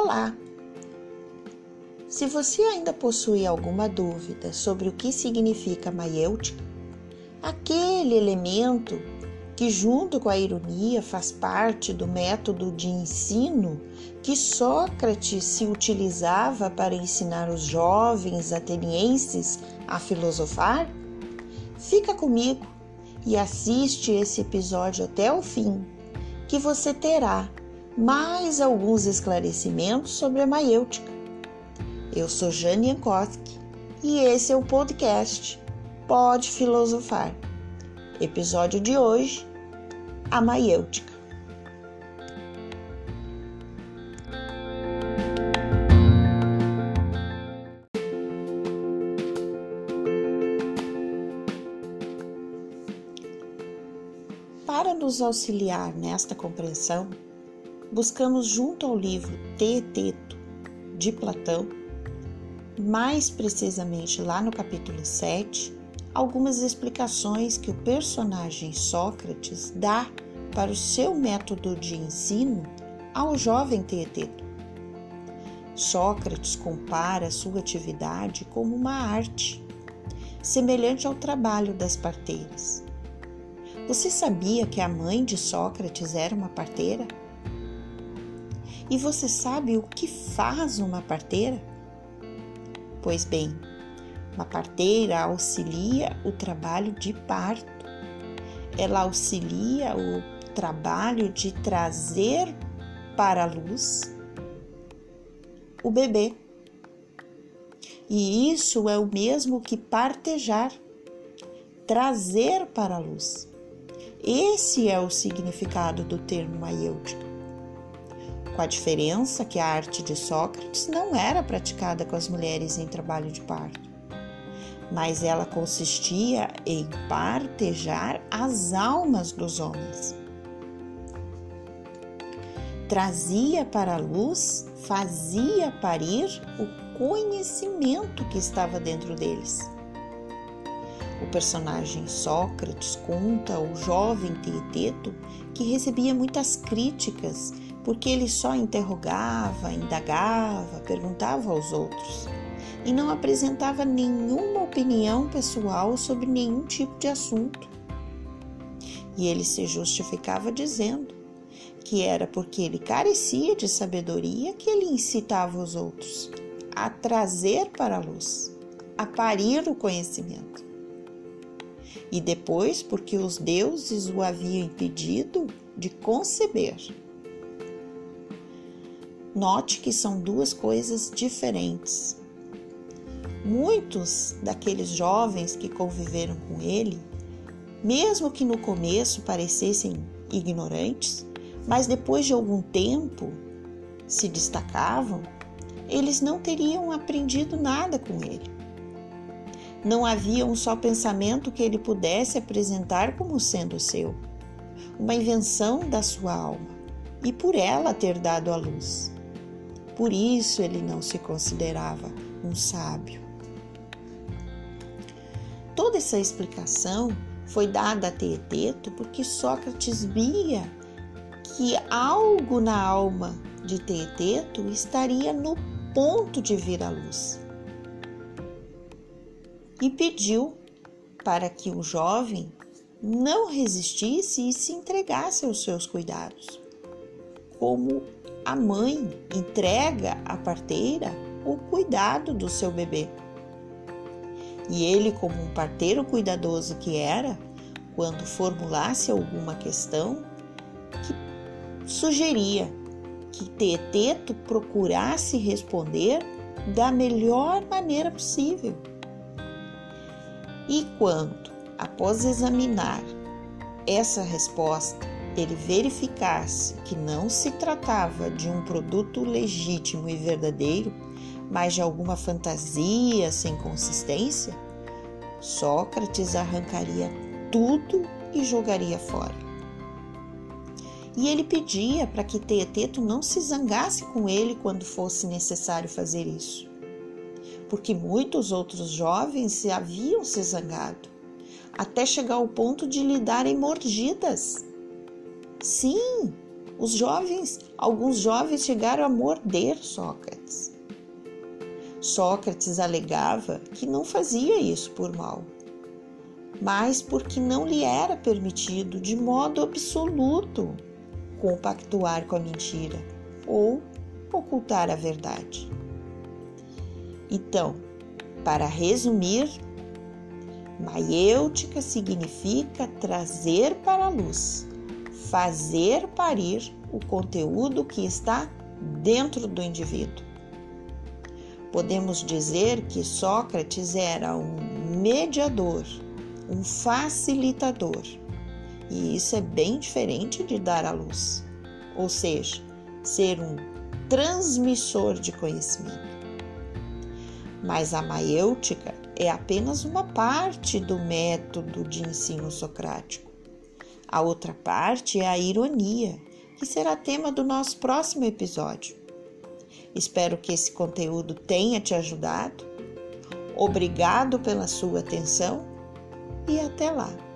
Olá! Se você ainda possui alguma dúvida sobre o que significa maiêutica, aquele elemento que junto com a ironia faz parte do método de ensino que Sócrates se utilizava para ensinar os jovens atenienses a filosofar, fica comigo e assiste esse episódio até o fim, que você terá mais alguns esclarecimentos sobre a maiêutica. Eu sou Jane Jankowski e esse é o podcast Pode Filosofar. Episódio de hoje, a maiêutica. Para nos auxiliar nesta compreensão, buscamos junto ao livro Teeteto, de Platão, mais precisamente lá no capítulo 7, algumas explicações que o personagem Sócrates dá para o seu método de ensino ao jovem Teeteto. Sócrates compara sua atividade como uma arte, semelhante ao trabalho das parteiras. Você sabia que a mãe de Sócrates era uma parteira? E você sabe o que faz uma parteira? Pois bem, uma parteira auxilia o trabalho de parto. Ela auxilia o trabalho de trazer para a luz o bebê. E isso é o mesmo que partejar, trazer para a luz. Esse é o significado do termo maiêutica. Com a diferença que a arte de Sócrates não era praticada com as mulheres em trabalho de parto, mas ela consistia em partejar as almas dos homens. Trazia para a luz, fazia parir o conhecimento que estava dentro deles. O personagem Sócrates conta ao jovem Teeteto que recebia muitas críticas porque ele só interrogava, indagava, perguntava aos outros e não apresentava nenhuma opinião pessoal sobre nenhum tipo de assunto. E ele se justificava dizendo que era porque ele carecia de sabedoria que ele incitava os outros a trazer para a luz, a parir o conhecimento. E depois porque os deuses o haviam impedido de conceber. Note que são duas coisas diferentes. Muitos daqueles jovens que conviveram com ele, mesmo que no começo parecessem ignorantes, mas depois de algum tempo se destacavam, eles não teriam aprendido nada com ele. Não havia um só pensamento que ele pudesse apresentar como sendo seu, uma invenção da sua alma, e por ela ter dado à luz. Por isso ele não se considerava um sábio. Toda essa explicação foi dada a Teeteto porque Sócrates via que algo na alma de Teeteto estaria no ponto de vir à luz. E pediu para que o jovem não resistisse e se entregasse aos seus cuidados, como a mãe entrega à parteira o cuidado do seu bebê. E ele, como um parteiro cuidadoso que era, quando formulasse alguma questão, que sugeria que Teeteto procurasse responder da melhor maneira possível. E quando, após examinar essa resposta, ele verificasse que não se tratava de um produto legítimo e verdadeiro, mas de alguma fantasia sem consistência, Sócrates arrancaria tudo e jogaria fora. E ele pedia para que Teeteto não se zangasse com ele quando fosse necessário fazer isso, porque muitos outros jovens se haviam se zangado, até chegar ao ponto de lhe darem mordidas. Sim, Alguns jovens chegaram a morder Sócrates. Sócrates alegava que não fazia isso por mal, mas porque não lhe era permitido de modo absoluto compactuar com a mentira ou ocultar a verdade. Então, para resumir, maiêutica significa trazer para a luz, fazer parir o conteúdo que está dentro do indivíduo. Podemos dizer que Sócrates era um mediador, um facilitador, e isso é bem diferente de dar à luz, ou seja, ser um transmissor de conhecimento. Mas a maiêutica é apenas uma parte do método de ensino socrático. A outra parte é a ironia, que será tema do nosso próximo episódio. Espero que esse conteúdo tenha te ajudado. Obrigado pela sua atenção e até lá!